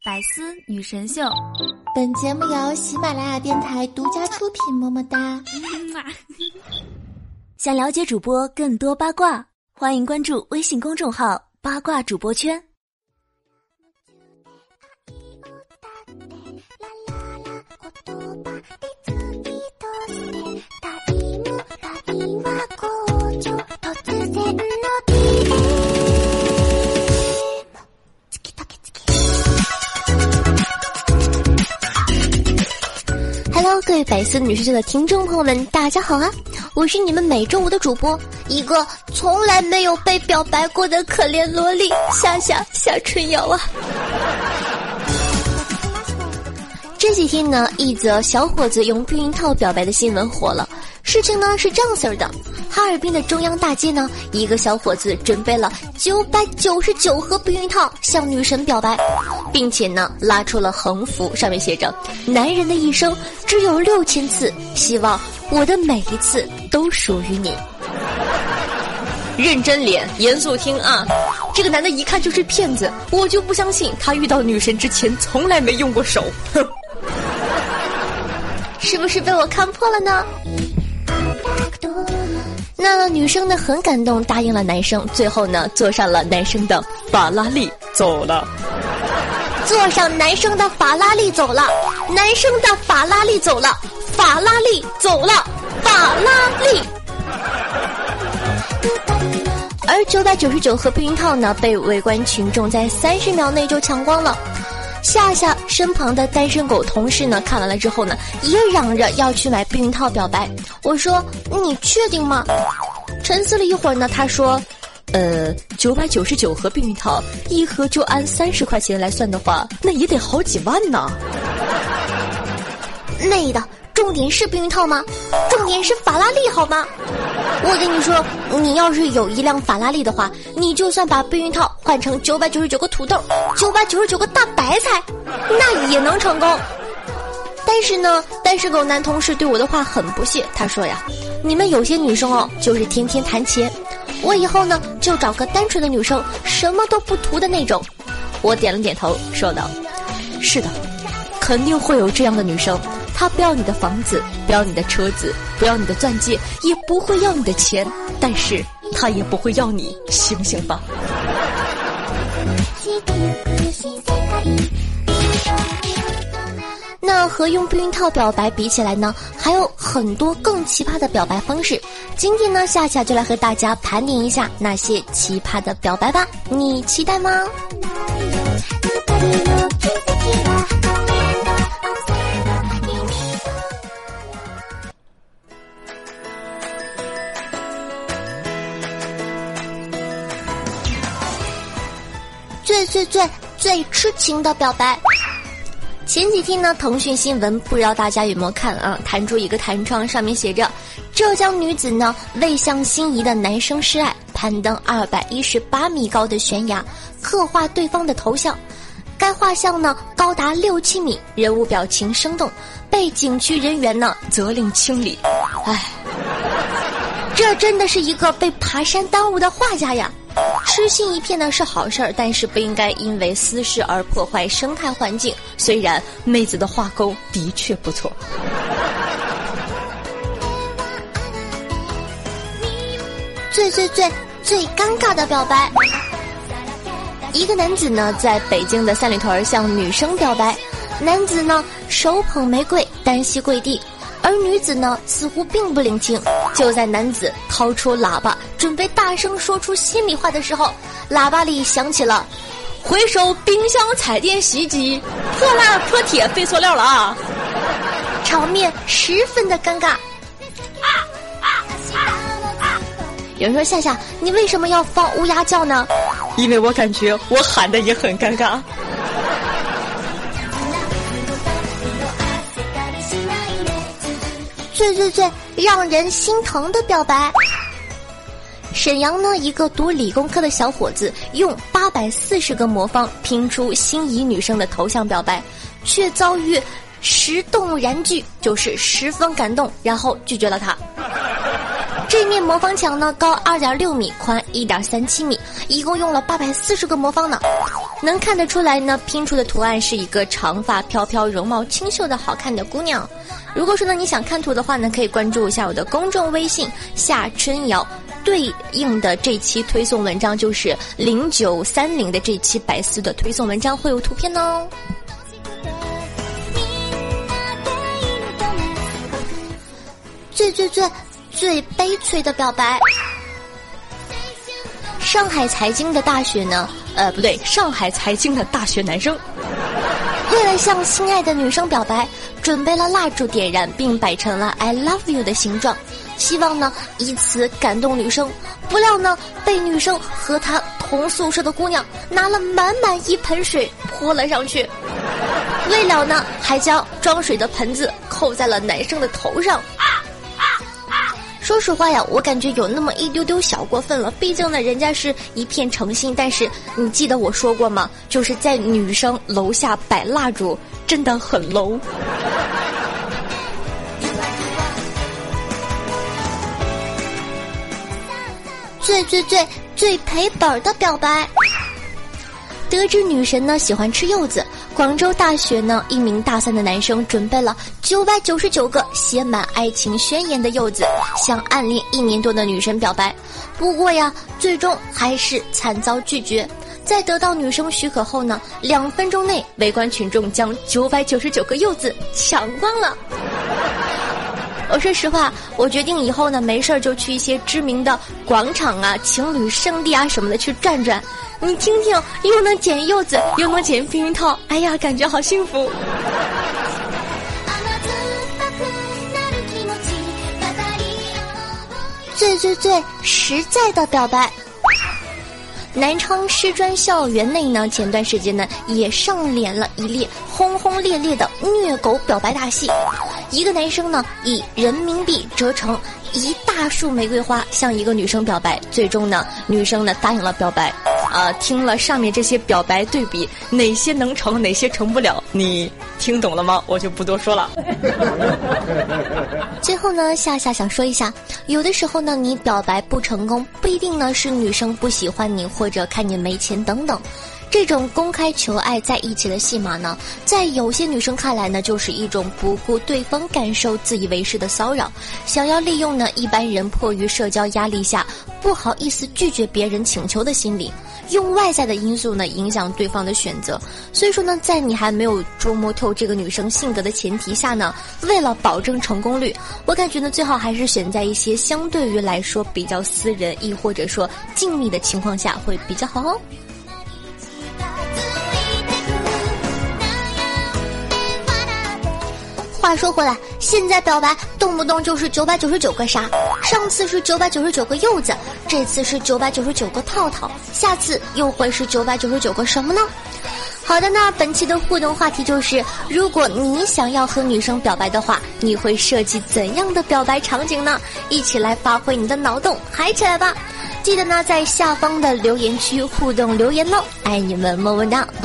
百思女神秀， 本节目由喜马拉雅电台独家出品，么么哒。 想了解主播更多八卦，欢迎关注微信公众号八卦主播圈。 Hello， 各位百思女神秀的听众朋友们，大家好啊！我是你们每周五的主播，一个从来没有被表白过的可怜萝莉夏春瑶啊。这几天呢，一则小伙子用避孕套表白的新闻火了。事情呢是这样式的，哈尔滨的中央大街呢，一个小伙子准备了999盒避孕套向女神表白，并且呢拉出了横幅，上面写着男人的一生只有6000次，希望我的每一次都属于你。 认真脸严肃听啊，这个男的一看就是骗子，我就不相信他遇到女神之前从来没用过手。哼， 是不是被我看破了呢？那女生呢很感动，答应了男生，最后呢坐上了男生的法拉利走了。坐上男生的法拉利走了，男生的法拉利走了，法拉利走了，法拉利。而999盒避孕套呢，被围观群众在30秒内就抢光了。夏身旁的单身狗同事呢，看完了之后呢，也嚷着要去买避孕套表白。我说：“你确定吗？”沉思了一会儿呢，他说：“999盒避孕套，一盒就按30块钱来算的话，那也得好几万呢。”妹的，重点是避孕套吗？重点是法拉利好吗？我跟你说，你要是有一辆法拉利的话，你就算把避孕套换成999个土豆，999个大白菜，那也能成功。但是呢，单身狗男同事对我的话很不屑，他说呀：“你们有些女生哦，就是天天谈钱，我以后呢就找个单纯的女生，什么都不图的那种。”我点了点头，说道：“是的，肯定会有这样的女生。她不要你的房子，不要你的车子，不要你的钻戒，也不会要你的钱，但是她也不会要你，醒醒吧。”那和用避孕套表白比起来呢，还有很多更奇葩的表白方式。今天呢，夏就来和大家盘点一下那些奇葩的表白吧，你期待吗？最痴情的表白。前几天呢，腾讯新闻不知道大家有没有看啊？弹出一个弹窗，上面写着：浙江女子呢为向心仪的男生示爱，攀登218米高的悬崖，刻画对方的头像。该画像呢高达6-7米，人物表情生动，被景区人员呢责令清理。唉，这真的是一个被爬山耽误的画家呀！痴心一片呢是好事儿，但是不应该因为私事而破坏生态环境。虽然妹子的画工的确不错。最尴尬的表白。一个男子呢在北京的三里屯向女生表白，男子呢手捧玫瑰单膝跪地，而女子呢似乎并不领情。就在男子掏出喇叭准备大声说出心里话的时候，喇叭里响起了回收冰箱、彩电、洗衣机，破烂破铁废塑料了啊！场面十分的尴尬。有人说夏，你为什么要放乌鸦叫呢？ 因为我感觉我喊的也很尴尬。 最让人心疼的表白。沈阳呢，一个读理工科的小伙子用840个魔方拼出心仪女生的头像表白，却遭遇10动燃拒，就是十分感动，然后拒绝了他。这面魔方墙呢高2.6米，宽1.37米， 一共用了840个魔方呢。能看得出来呢，拼出的图案是一个长发飘飘、容貌清秀的好看的姑娘。如果说呢你想看图的话呢，可以关注一下我的公众微信夏春瑶，对应的这期推送文章就是0930的这期百思的推送文章会有图片哦。最悲催的表白。上海财经的大学呢， 上海财经的大学男生为了向心爱的女生表白，准备了蜡烛点燃并摆成了 I love you 的形状，希望呢以此感动女生。不料呢被女生和她同宿舍的姑娘拿了满满一盆水泼了上去，未了呢还将装水的盆子扣在了男生的头上。说实话呀，我感觉有那么一丢丢小过分了，毕竟呢人家是一片诚心。但是你记得我说过吗？就是在女生楼下摆蜡烛真的很 low。最赔本的表白。得知女神呢喜欢吃柚子，广州大学呢一名大3的男生准备了999个写满爱情宣言的柚子，向暗恋1年多的女神表白。不过呀，最终还是惨遭拒绝。在得到女生许可后呢，2分钟内围观群众将999个柚子抢光了。我说实话，我决定以后呢没事就去一些知名的广场啊、情侣圣地啊什么的去转转。你听听，又能捡柚子，又能捡避孕套，哎呀，感觉好幸福。最实在的表白。南昌师专校园内呢，前段时间呢也上演了一列轰轰烈烈的虐狗表白大戏。一个男生呢以人民币折成一大束玫瑰花向一个女生表白，最终呢女生呢答应了表白。听了上面这些表白对比，哪些能成，哪些成不了，你听懂了吗？我就不多说了。最后呢，夏想说一下，有的时候呢，你表白不成功，不一定呢是女生不喜欢你，或者看你没钱等等。这种公开求爱在一起的戏码呢，在有些女生看来呢，就是一种不顾对方感受、自以为是的骚扰，想要利用呢一般人迫于社交压力下不好意思拒绝别人请求的心理，用外在的因素呢影响对方的选择。所以说呢，在你还没有捉摸透这个女生性格的前提下呢，为了保证成功率，我感觉呢最好还是选在一些相对于来说比较私人，亦或者说静谧的情况下会比较好哦。话说回来，现在表白动不动就是999个啥，上次是999个柚子，这次是999个套套，下次又会是999个什么呢？好的，那本期的互动话题就是，如果你想要和女生表白的话，你会设计怎样的表白场景呢？一起来发挥你的脑洞，嗨起来吧！记得呢在下方的留言区互动留言哦，爱你们，么么哒，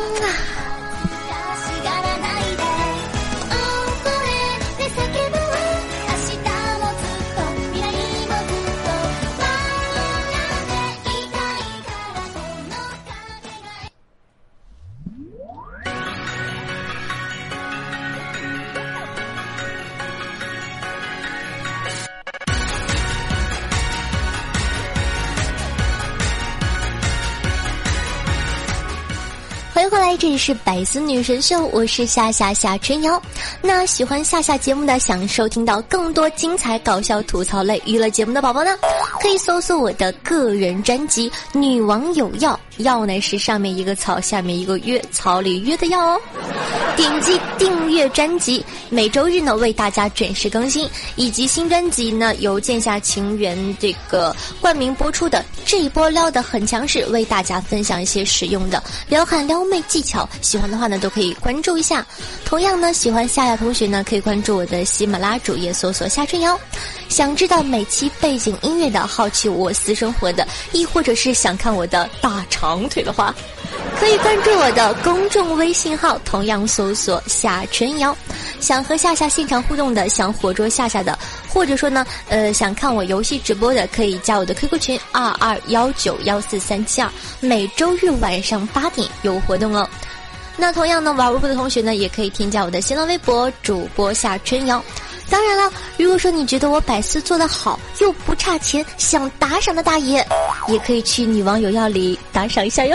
欢迎回来，这里是百思女神秀，我是夏春瑶。那喜欢夏节目的，想收听到更多精彩搞笑吐槽类娱乐节目的宝宝呢，可以搜索我的个人专辑《女王有药》，药呢是上面一个草下面一个约，草里约的药哦。点击订阅专辑，每周日呢为大家准时更新，以及新专辑呢由剑下情缘这个冠名播出的这一波撩的很强势，为大家分享一些实用的撩汉撩妹技巧，喜欢的话呢都可以关注一下。同样呢喜欢夏同学呢可以关注我的喜马拉主页，搜索夏春瑶。 想知道每期背景音乐的，好奇我私生活的，亦或者是想看我的大长腿的话，可以关注我的公众微信号，同样搜索夏春瑶。想和夏夏现场互动的，想活捉夏夏的，或者说呢想看我游戏直播的，可以加我的 QQ 群22191437，每周日晚上8点有活动哦。那同样呢，玩微博的同学呢，也可以添加我的新浪微博主播夏春瑶。当然了，如果说你觉得我百思做得好，又不差钱，想打赏的大爷，也可以去女网友要里打赏一下哟。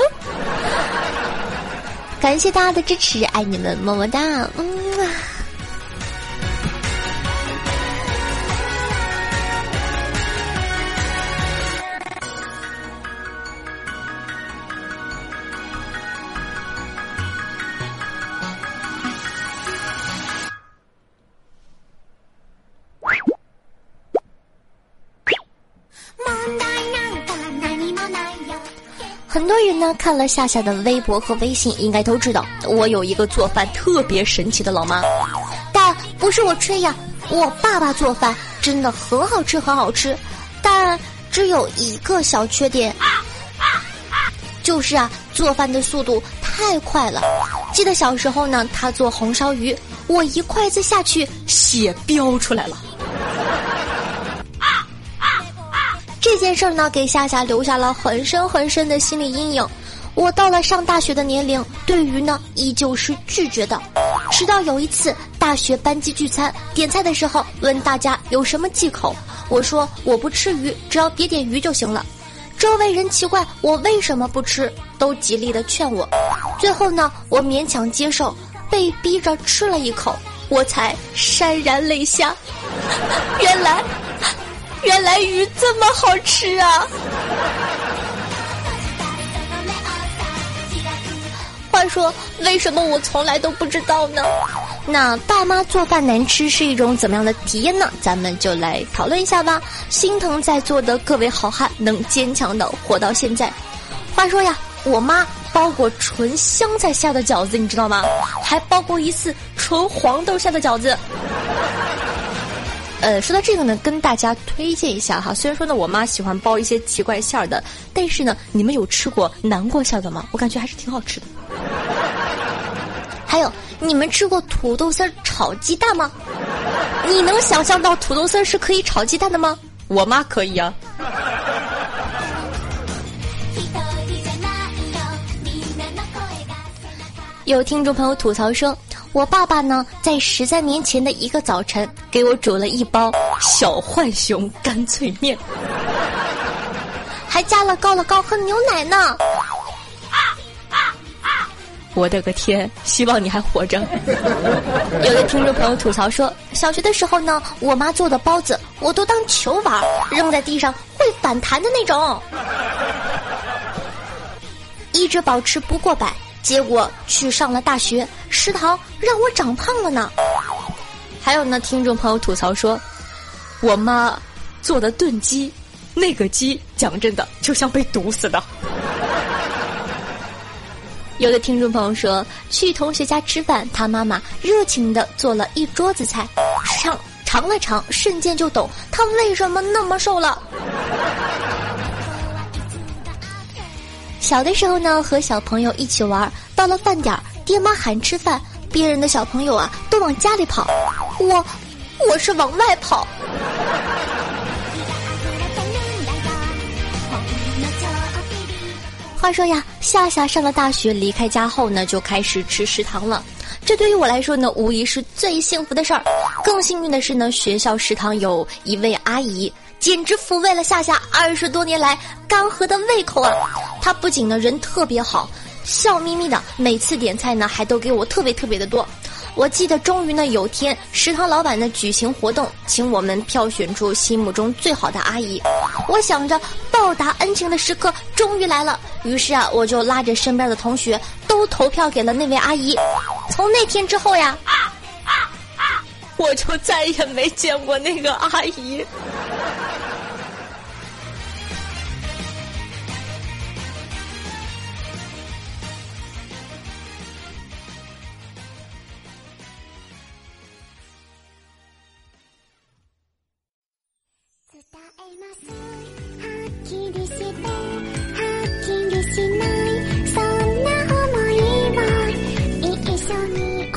感谢大家的支持，爱你们，么么哒，很多人呢看了夏夏的微博和微信，应该都知道我有一个做饭特别神奇的老妈。但不是我吹呀，我爸爸做饭真的很好吃，很好吃，但只有一个小缺点，就是做饭的速度太快了。记得小时候呢，他做红烧鱼，我一筷子下去，血飙出来了。这件事呢，给夏夏留下了很深很深的心理阴影。我到了上大学的年龄，对鱼呢依旧是拒绝的。直到有一次大学班级聚餐，点菜的时候问大家有什么忌口，我说我不吃鱼，只要别点鱼就行了。周围人奇怪我为什么不吃，都极力的劝我。最后呢，我勉强接受，被逼着吃了一口，我才潸然泪下。原来鱼这么好吃啊！话说，为什么我从来都不知道呢？那爸妈做饭难吃是一种怎么样的体验呢？咱们就来讨论一下吧。心疼在座的各位好汉能坚强的活到现在。话说呀，我妈包过纯香菜下的饺子，你知道吗？还包过一次纯黄豆下的饺子。说到这个呢，跟大家推荐一下哈。虽然说呢，我妈喜欢包一些奇怪馅儿的，但是呢，你们有吃过南瓜馅的吗？我感觉还是挺好吃的。还有，你们吃过土豆丝炒鸡蛋吗？你能想象到土豆丝是可以炒鸡蛋的吗？我妈可以啊。有听众朋友吐槽说，我爸爸呢，在13年前的一个早晨，给我煮了一包小浣熊干脆面，还加了高乐高和牛奶呢。我的个天，希望你还活着。有的听众朋友吐槽说，小学的时候呢，我妈做的包子我都当球玩，扔在地上会反弹的那种，一直保持不过100。结果去上了大学，食堂让我长胖了呢。还有呢，听众朋友吐槽说，我妈做的炖鸡，那个鸡讲真的就像被毒死的。有的听众朋友说，去同学家吃饭，他妈妈热情地做了一桌子菜，尝了尝，瞬间就懂他为什么那么瘦了。小的时候呢，和小朋友一起玩，到了饭点，爹妈喊吃饭，别人的小朋友都往家里跑，我是往外跑。话说呀，夏夏上了大学，离开家后呢，就开始吃食堂了。这对于我来说呢，无疑是最幸福的事儿。更幸运的是呢，学校食堂有一位阿姨，简直抚慰了夏夏20多年来干涸的胃口啊！她不仅呢人特别好，笑眯眯的，每次点菜呢还都给我特别的多。我记得终于呢有天，食堂老板呢举行活动，请我们票选出心目中最好的阿姨。我想着报答恩情的时刻终于来了，于是我就拉着身边的同学都投票给了那位阿姨。从那天之后呀，我就再也没见过那个阿姨。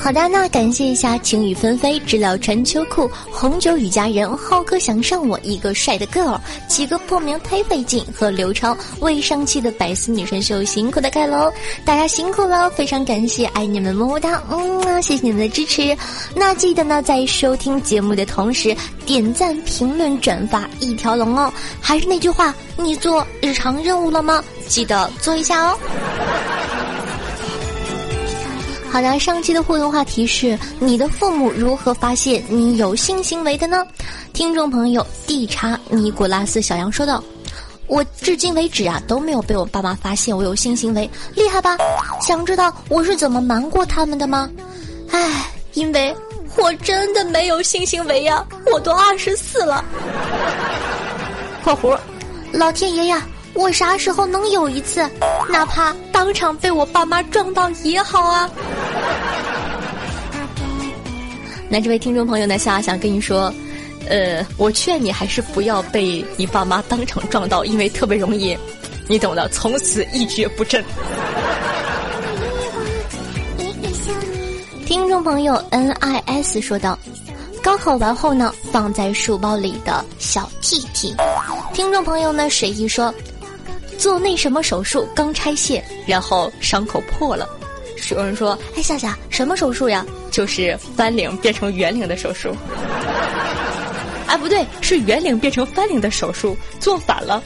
好的，那感谢一下晴雨纷飞、知了穿秋裤、红酒与佳人、浩哥想上我一个帅的 girl、几个破名忒费劲和刘超未上期的百思女神秀辛苦的盖楼，大家辛苦了，非常感谢，爱你们么么哒，谢谢你们的支持。那记得呢，在收听节目的同时点赞、评论、转发一条龙哦。还是那句话，你做日常任务了吗？记得做一下哦。好的，上期的互动话题是你的父母如何发现你有性行为的呢？听众朋友地查尼古拉斯小杨说道，我至今为止啊都没有被我爸妈发现我有性行为，厉害吧？想知道我是怎么瞒过他们的吗？唉，因为我真的没有性行为呀，我都24了。括弧，老天爷呀，我啥时候能有一次，哪怕当场被我爸妈撞到也好啊。那这位听众朋友呢，想跟你说，我劝你还是不要被你爸妈当场撞到，因为特别容易，你懂的，从此一蹶不振。听众朋友 NIS 说道，高考完后呢，放在书包里的小 T。听众朋友呢，水一说，做那什么手术刚拆线，然后伤口破了。有人说，哎，夏夏，什么手术呀？就是翻领变成圆领的手术。哎，不对，是圆领变成翻领的手术，做反了。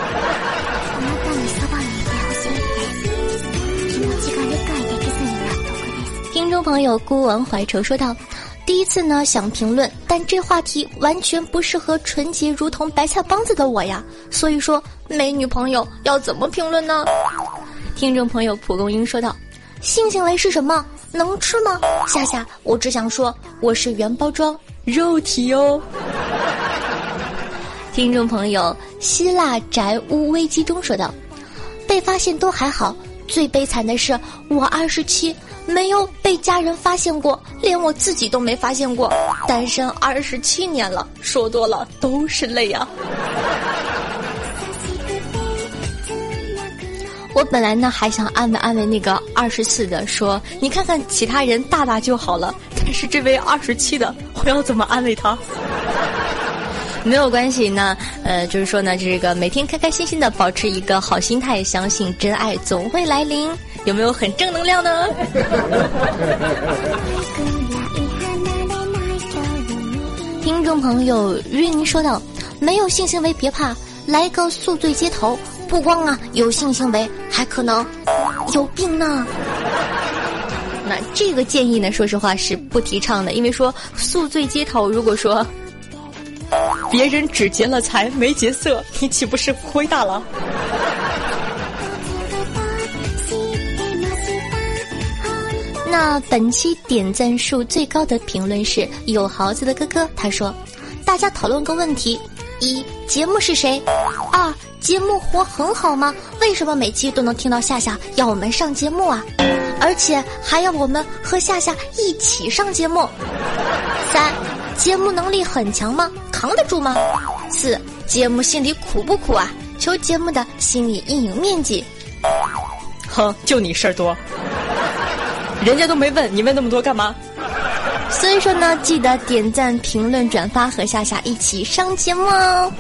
听众朋友孤王怀愁说道，第一次呢想评论，但这话题完全不适合纯洁如同白菜帮子的我呀，所以说没女朋友要怎么评论呢？听众朋友蒲公英说道，性行为是什么？能吃吗？夏夏，我只想说我是原包装肉体哦。听众朋友希腊宅屋危机中说道，被发现都还好，最悲惨的是我27没有被家人发现过，连我自己都没发现过，单身27年了，说多了都是泪啊。我本来呢还想安慰那个24的，说你看看其他人大大就好了，但是这位27的，我要怎么安慰他？没有关系呢，就是说呢，这个每天开开心心的保持一个好心态，相信真爱总会来临，有没有很正能量呢？听众朋友云说道，没有性行为别怕，来个宿醉街头，不光啊有性行为，还可能有病呢。那这个建议呢，说实话是不提倡的，因为说宿醉街头，如果说别人只劫了财没劫色，你岂不是亏大了？那本期点赞数最高的评论是有豪子的哥哥，他说，大家讨论个问题，一，节目是谁？2，节目活很好吗？为什么每期都能听到夏夏要我们上节目啊？而且还要我们和夏夏一起上节目。3，节目能力很强吗？扛得住吗？4，节目心里苦不苦啊？求节目的心理阴影面积。哼，就你事儿多，人家都没问，你问那么多干嘛？所以说呢，记得点赞、评论、转发，和夏夏一起上节目哦。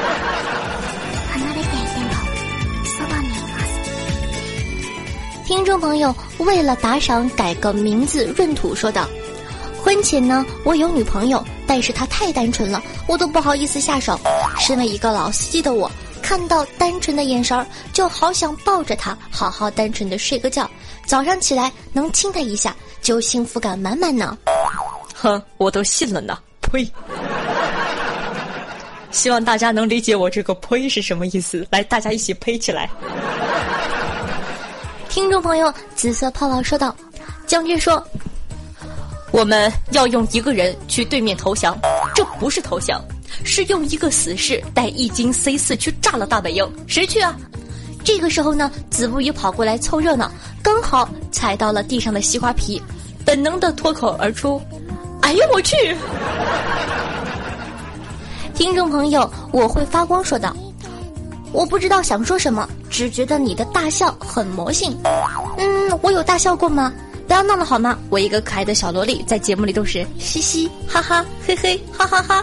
听众朋友为了打赏改个名字闰土说道，婚前呢我有女朋友，但是她太单纯了，我都不好意思下手。身为一个老司机的我，看到单纯的眼神就好想抱着她好好单纯的睡个觉，早上起来能亲她一下就幸福感满满呢。哼，我都信了呢，呸。希望大家能理解我这个呸是什么意思，来大家一起呸起来。听众朋友紫色泡泡说道，将军说，我们要用一个人去对面投降，这不是投降，是用一个死士带1斤 C4 去炸了大本营，谁去啊？这个时候呢，子不语跑过来凑热闹，刚好踩到了地上的西瓜皮，本能的脱口而出，哎呀我去。听众朋友我会发光说道，我不知道想说什么，只觉得你的大笑很魔性。我有大笑过吗？ 不要闹了好吗？我一个可爱的小萝莉，在节目里都是嘻嘻哈哈嘿嘿哈哈哈。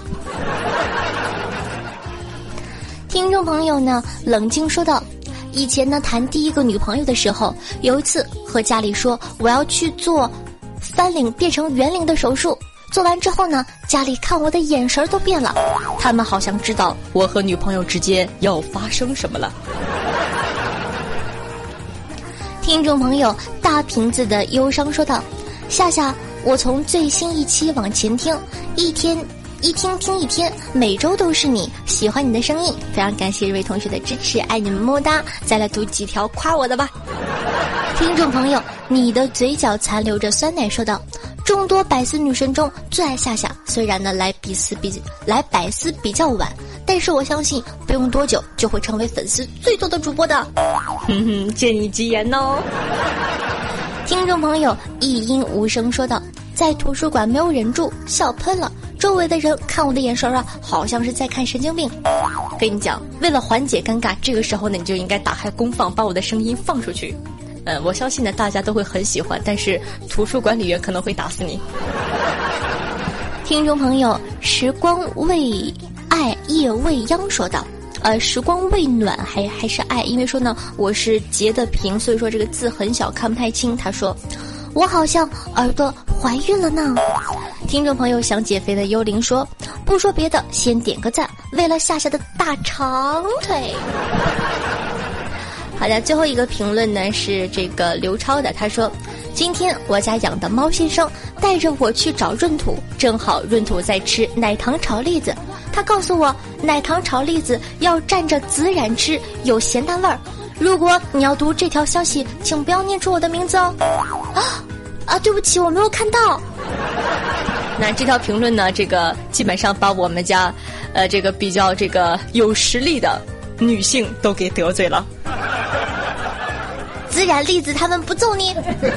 听众朋友呢，冷静说道，以前呢谈第一个女朋友的时候，有一次和家里说我要去做翻领变成圆领的手术，做完之后呢，家里看我的眼神都变了，他们好像知道我和女朋友之间要发生什么了。听众朋友大瓶子的忧伤说道，夏夏，我从最新一期往前听，一听一天，每周都是你，喜欢你的声音，非常感谢这位同学的支持，爱你们么么哒。再来读几条夸我的吧。听众朋友，你的嘴角残留着酸奶说道，众多百思女神中最爱夏夏，虽然呢来百思比较晚，但是我相信不用多久就会成为粉丝最多的主播的。借你吉言哦。听众朋友一音无声说道，在图书馆没有忍住笑喷了，周围的人看我的眼神啊，好像是在看神经病。跟你讲，为了缓解尴尬，这个时候呢，你就应该打开公放，把我的声音放出去。我相信呢，大家都会很喜欢，但是图书管理员可能会打死你。听众朋友，时光未爱夜未央说道，时光未暖还是爱，因为说呢我是截的屏，所以说这个字很小看不太清。他说我好像耳朵怀孕了呢。听众朋友想减肥的幽灵说，不说别的，先点个赞，为了夏夏的大长腿。好的，最后一个评论呢是这个刘超的，他说，今天我家养的猫先生带着我去找闰土，正好闰土在吃奶糖炒栗子，他告诉我奶糖炒栗子要蘸着孜然吃，有咸淡味儿。如果你要读这条消息，请不要念出我的名字哦。对不起，我没有看到。那这条评论呢，这个基本上把我们家这个比较这个有实力的女性都给得罪了。孜然栗子他们不揍你。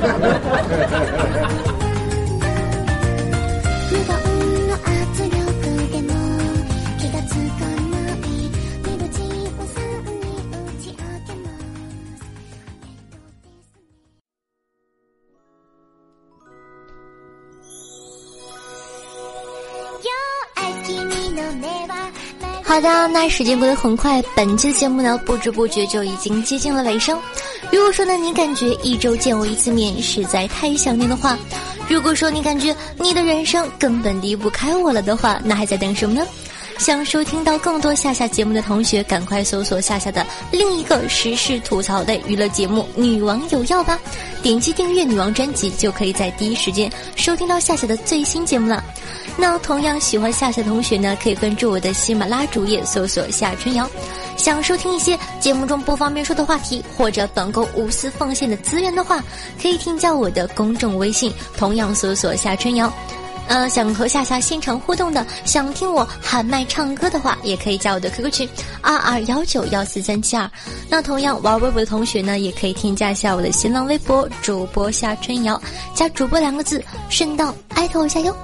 好的，那时间过得很快，本期的节目呢不知不觉就已经接近了尾声。如果说呢你感觉一周见我一次面实在太想念的话，如果说你感觉你的人生根本离不开我了的话，那还在等什么呢？想收听到更多夏夏节目的同学，赶快搜索夏夏的另一个时事吐槽类娱乐节目《女王有药》吧，点击订阅女王专辑就可以在第一时间收听到夏夏的最新节目了。那同样喜欢夏夏的同学呢，可以关注我的喜马拉主页，搜索夏春瑶。想收听一些节目中不方便说的话题，或者本购无私奉献的资源的话，可以添加我的公众微信，同样搜索夏春瑶。想和夏夏现场互动的，想听我喊麦唱歌的话，也可以加我的 QQ 群2219143372。那同样玩微博的同学呢，也可以添加一下我的新浪微博主播夏春瑶，加主播2个字，顺道艾特我一下哟。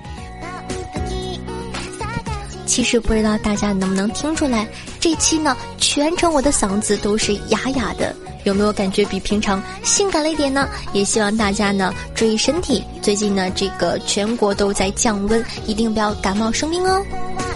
其实不知道大家能不能听出来，这期呢全程我的嗓子都是哑哑的，有没有感觉比平常性感了一点呢？也希望大家呢注意身体，最近呢这个全国都在降温，一定不要感冒生病哦。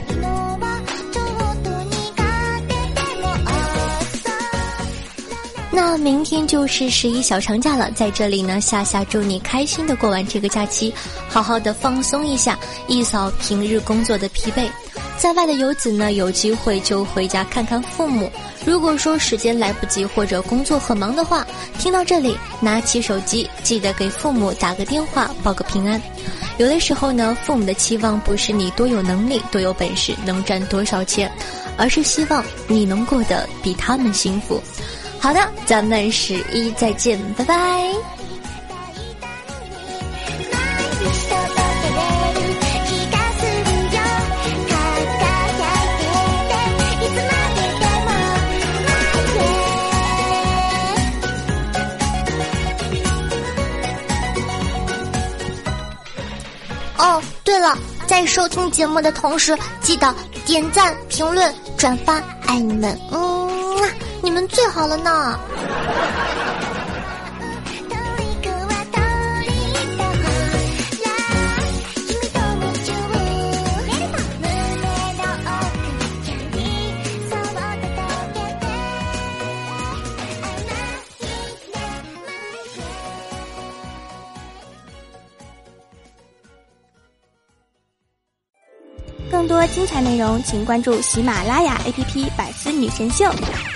那明天就是11小长假了，在这里呢夏夏祝你开心的过完这个假期，好好的放松一下，一扫平日工作的疲惫。在外的游子呢，有机会就回家看看父母，如果说时间来不及或者工作很忙的话，听到这里拿起手机，记得给父母打个电话报个平安。有的时候呢，父母的期望不是你多有能力多有本事能赚多少钱，而是希望你能过得比他们幸福。好的，咱们11再见，拜拜。哦，对了，在收听节目的同时，记得点赞、评论、转发，爱你们，你们最好了呢。 更多精彩内容请关注喜马拉雅 APP 百思女神秀。